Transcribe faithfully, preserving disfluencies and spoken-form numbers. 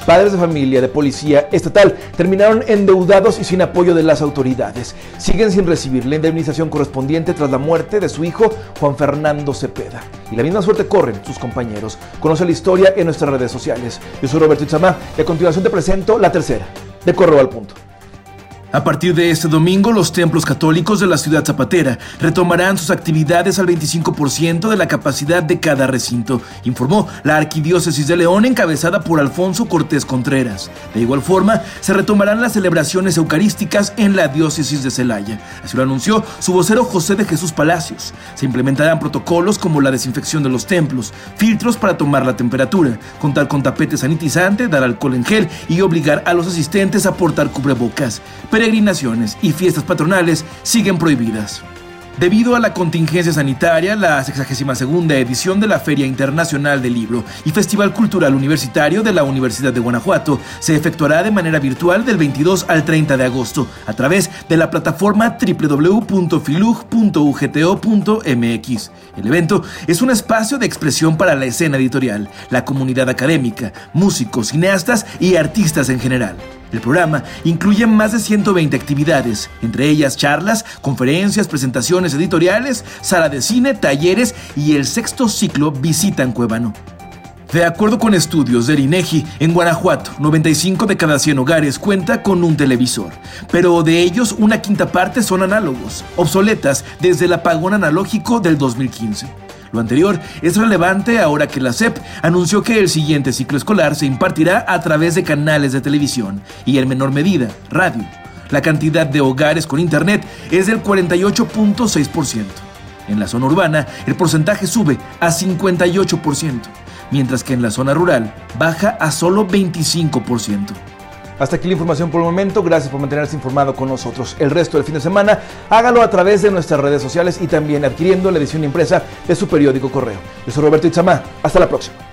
padres de familia de policía estatal terminaron endeudados y sin apoyo de las autoridades. Siguen sin recibir la indemnización correspondiente tras la muerte de su hijo Juan Fernando Cepeda. Y la misma suerte corren sus compañeros. Conoce la historia en nuestras redes sociales. Yo soy Roberto Itzamá y a continuación te presento la tercera de Correo al Punto. A partir de este domingo, los templos católicos de la ciudad zapatera retomarán sus actividades al veinticinco por ciento de la capacidad de cada recinto, informó la Arquidiócesis de León encabezada por Alfonso Cortés Contreras. De igual forma, se retomarán las celebraciones eucarísticas en la diócesis de Celaya. Así lo anunció su vocero José de Jesús Palacios. Se implementarán protocolos como la desinfección de los templos, filtros para tomar la temperatura, contar con tapete sanitizante, dar alcohol en gel y obligar a los asistentes a portar cubrebocas. Peregrinaciones y fiestas patronales siguen prohibidas. Debido a la contingencia sanitaria, la sexagésima segunda edición de la Feria Internacional del Libro y Festival Cultural Universitario de la Universidad de Guanajuato se efectuará de manera virtual del veintidós al treinta de agosto a través de la plataforma doble u doble u doble u punto filug punto u g t o punto m x. El evento es un espacio de expresión para la escena editorial, la comunidad académica, músicos, cineastas y artistas en general. El programa incluye más de ciento veinte actividades, entre ellas charlas, conferencias, presentaciones editoriales, sala de cine, talleres y el sexto ciclo Visita en Cuébano. De acuerdo con estudios del INEGI, en Guanajuato, noventa y cinco de cada cien hogares cuenta con un televisor, pero de ellos una quinta parte son análogos, obsoletas desde el apagón analógico del dos mil quince. Lo anterior es relevante ahora que la S E P anunció que el siguiente ciclo escolar se impartirá a través de canales de televisión y en menor medida, radio. La cantidad de hogares con internet es del cuarenta y ocho punto seis por ciento. En la zona urbana, el porcentaje sube a cincuenta y ocho por ciento, mientras que en la zona rural baja a solo veinticinco por ciento. Hasta aquí la información por el momento. Gracias por mantenerse informado con nosotros. El resto del fin de semana, hágalo a través de nuestras redes sociales y también adquiriendo la edición impresa de su periódico Correo. Yo soy Roberto Itzamá. Hasta la próxima.